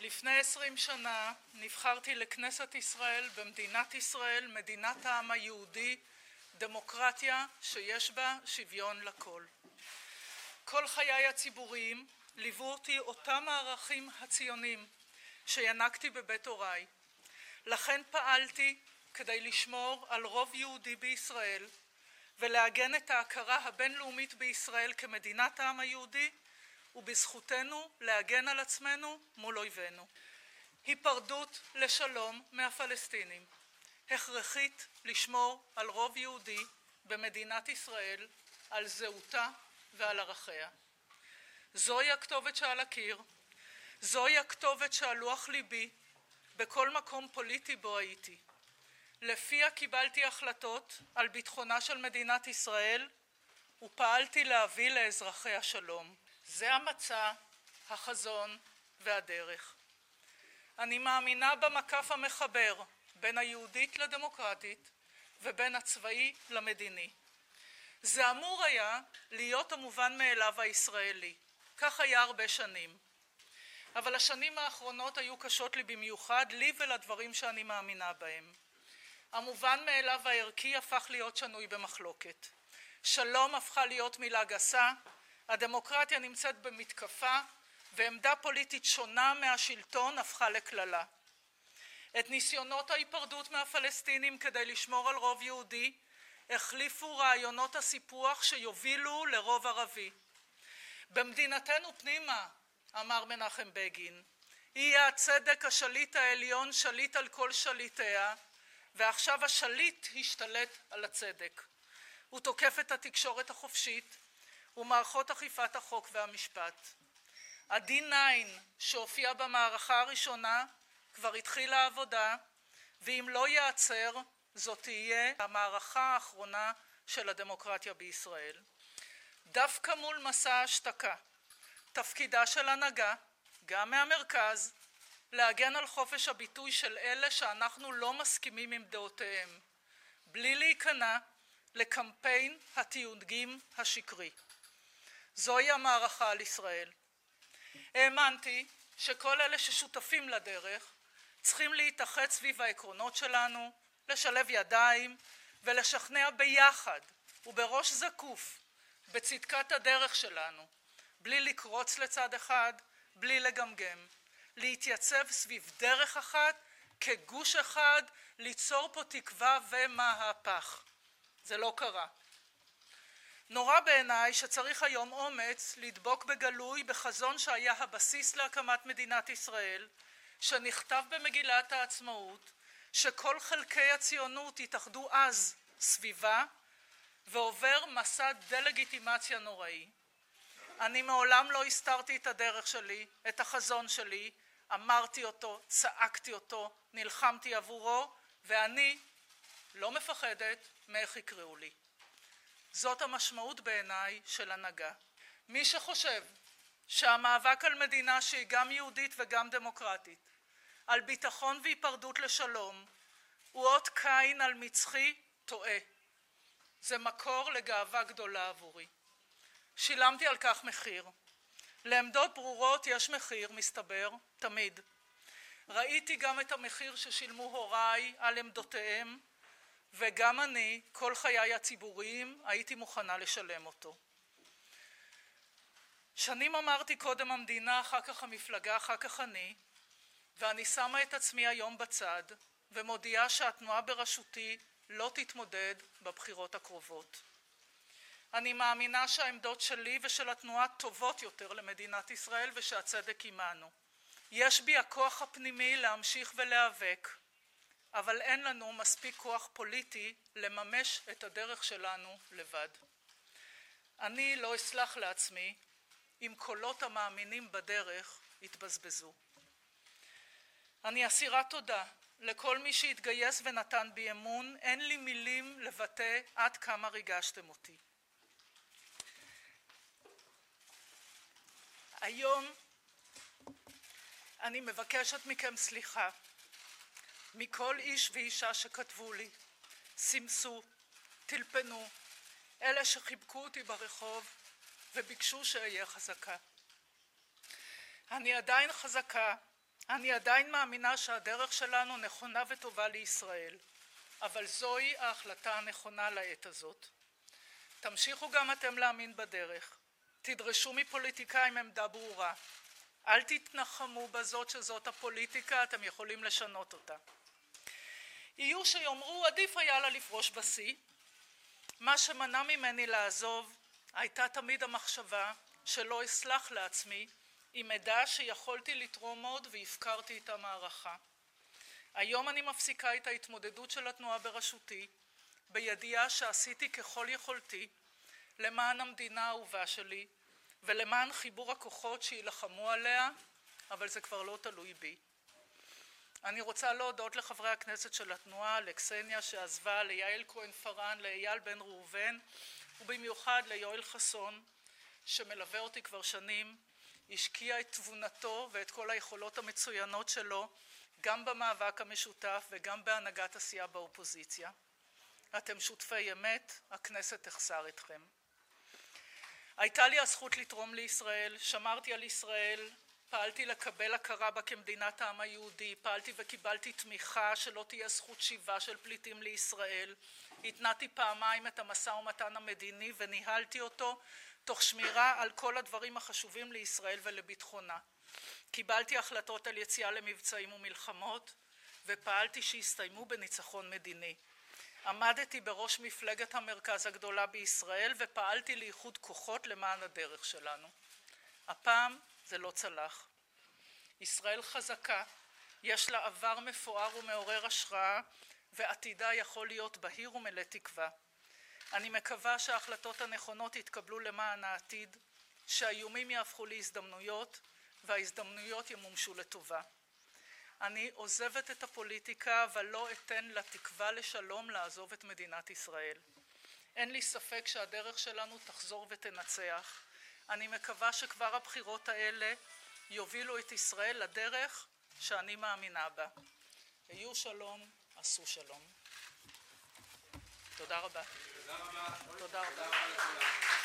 לפני 20 שנה נבחרתי לכנסת ישראל במדינת ישראל, מדינת העם היהודי, דמוקרטיה שיש בה שוויון לכל. כל חיי הציבוריים ליוו אותי אותם הערכים הציונים שינקתי בבית הוריי. לכן פעלתי כדי לשמור על רוב יהודי בישראל ולעגן את ההכרה הבינלאומית בישראל כמדינת העם היהודי, ובזכותנו להגן על עצמנו מול אויבינו. היפרדות לשלום מהפלסטינים הכרחית לשמור על רוב יהודי במדינת ישראל, על זהותה ועל ערכיה. זוהי הכתובת שעל הקיר, זוהי הכתובת שעל לוח ליבי בכל מקום פוליטי בו הייתי. לפיה קיבלתי החלטות על ביטחונה של מדינת ישראל ופעלתי להביא לאזרחיה שלום. זה המצע, החזון והדרך. אני מאמינה במקף המחבר בין היהודית לדמוקרטית ובין הצבאי למדיני. זה אמור היה להיות המובן מאליו הישראלי. כך היה הרבה שנים. אבל השנים האחרונות היו קשות לי במיוחד, לי ולדברים שאני מאמינה בהם. המובן מאליו הערכי הפך להיות שנוי במחלוקת. שלום הפכה להיות מילה גסה, הדמוקרטיה נמצאת במתקפה, ועמדה פוליטית שונה מהשלטון הפכה לכללה. את ניסיונות ההיפרדות מהפלסטינים כדי לשמור על רוב יהודי, החליפו רעיונות הסיפוח שיובילו לרוב ערבי. במדינתנו פנימה, אמר מנחם בגין, יהיה הצדק השליט העליון שליט על כל שליטיה, ועכשיו השליט השתלט על הצדק. הוא תוקף את התקשורת החופשית ומערכות אכיפת החוק והמשפט. ה-D9 שהופיע במערכה הראשונה כבר התחילה העבודה, ואם לא ייעצר זאת תהיה המערכה האחרונה של הדמוקרטיה בישראל. דווקא מול מסע ההשתקה, תפקידה של הנהגה, גם מהמרכז, להגן על חופש הביטוי של אלה שאנחנו לא מסכימים עם דעותיהם, בלי להיכנע לקמפיין התיוגים השקרי. זוהי המערכה על ישראל. האמנתי שכל אלה ששותפים לדרך צריכים להתאחד סביב העקרונות שלנו, לשלב ידיים ולשכנע ביחד ובראש זקוף בצדקת הדרך שלנו, בלי לקרוץ לצד אחד, בלי לגמגם, להתייצב סביב דרך אחת כגוש אחד, ליצור פה תקווה ומהפך. זה לא קרה. נורא בעיניי שצריך היום אומץ לדבוק בגלוי בחזון שהיה הבסיס להקמת מדינת ישראל, שנכתב במגילת העצמאות, שכל חלקי הציונות התאחדו אז סביבה, ועובר מסע דלגיטימציה נוראי. אני מעולם לא הסתרתי את הדרך שלי, את החזון שלי, אמרתי אותו, צעקתי אותו, נלחמתי עבורו, ואני לא מפחדת מאיך יקראו לי. זאת המשמעות בעיניי של הנהגה. מי שחושב שהמאבק על מדינה שהיא גם יהודית וגם דמוקרטית, על ביטחון והיפרדות לשלום, הוא אות קין על מצחי, טועה. זה מקור לגאווה גדולה עבורי. שילמתי על כך מחיר. לעמדות ברורות יש מחיר, מסתבר, תמיד. ראיתי גם את המחיר ששילמו הוריי על עמדותיהם, וגם אני, כל חיי הציבוריים, הייתי מוכנה לשלם אותו. שנים אמרתי קודם המדינה, אחר כך המפלגה, אחר כך אני, ואני שמה את עצמי היום בצד, ומודיעה שהתנועה בראשותי לא תתמודד בבחירות הקרובות. אני מאמינה שהעמדות שלי ושל התנועה טובות יותר למדינת ישראל ושהצדק עמנו. יש בי הכוח הפנימי להמשיך ולהיאבק, אבל אין לנו מספיק כוח פוליטי לממש את הדרך שלנו לבד. אני לא אסלח לעצמי אם קולות המאמינים בדרך יתבזבזו. אני אסירת תודה לכל מי שהתגייס ונתן בי אמון, אין לי מילים לבטא עד כמה ריגשתם אותי. היום אני מבקשת מכם סליחה, מכל איש ואישה שכתבו לי, סימסו, טלפנו, אלה שחיבקו אותי ברחוב וביקשו שאהיה חזקה. אני עדיין חזקה, אני עדיין מאמינה שהדרך שלנו נכונה וטובה לישראל, אבל זוהי ההחלטה הנכונה לעת הזאת. תמשיכו גם אתם להאמין בדרך. תדרשו מפוליטיקאים עמדה ברורה. אל תתנחמו בזאת שזאת הפוליטיקה, אתם יכולים לשנות אותה. יהיו שיאמרו, עדיף היה לה לפרוש בשיא. מה שמנע ממני לעזוב הייתה תמיד המחשבה שלא אסלח לעצמי עם עדה שיכולתי לתרום עוד והפקרתי את המערכה. היום אני מפסיקה את ההתמודדות של התנועה בראשותי, בידיעה שעשיתי ככל יכולתי למען המדינה האהובה שלי ולמען חיבור הכוחות שילחמו עליה, אבל זה כבר לא תלוי בי. אני רוצה להודות לחברי הכנסת של התנועה, לקסניה שעזבה, ליעל כהן פארן, לאייל בן ראובן, ובמיוחד ליואל חסון, שמלווה אותי כבר שנים, השקיע את תבונתו ואת כל היכולות המצוינות שלו, גם במאבק המשותף וגם בהנהגת עשייה באופוזיציה. אתם שותפי אמת, הכנסת תחסר אתכם. הייתה לי הזכות לתרום לישראל, שמרתי על ישראל, פעלתי לקבל הכרה בה כמדינת העם היהודי, פעלתי וקיבלתי תמיכה שלא תהיה זכות שיבה של פליטים לישראל, התנעתי פעמיים את המשא ומתן המדיני וניהלתי אותו תוך שמירה על כל הדברים החשובים לישראל ולביטחונה. קיבלתי החלטות על יציאה למבצעים ומלחמות ופעלתי שיסתיימו בניצחון מדיני. עמדתי בראש מפלגת המרכז הגדולה בישראל ופעלתי לאיחוד כוחות למען הדרך שלנו. הפעם זה לא צלח. ישראל חזקה, יש לה עבר מפואר ומעורר השראה ועתידה יכול להיות בהיר ומלא תקווה. אני מקווה שההחלטות הנכונות יתקבלו למען העתיד, שהאיומים יהפכו להזדמנויות וההזדמנויות ימומשו לטובה. אני עוזבת את הפוליטיקה אבל לא אתן לתקווה לשלום לעזוב את מדינת ישראל. אין לי ספק שהדרך שלנו תחזור ותנצח. אני מקווה שכבר הבחירות האלה יובילו את ישראל לדרך שאני מאמינה בה. היו שלום, עשו שלום. תודה רבה. תודה רבה. תודה רבה. תודה רבה לכולם.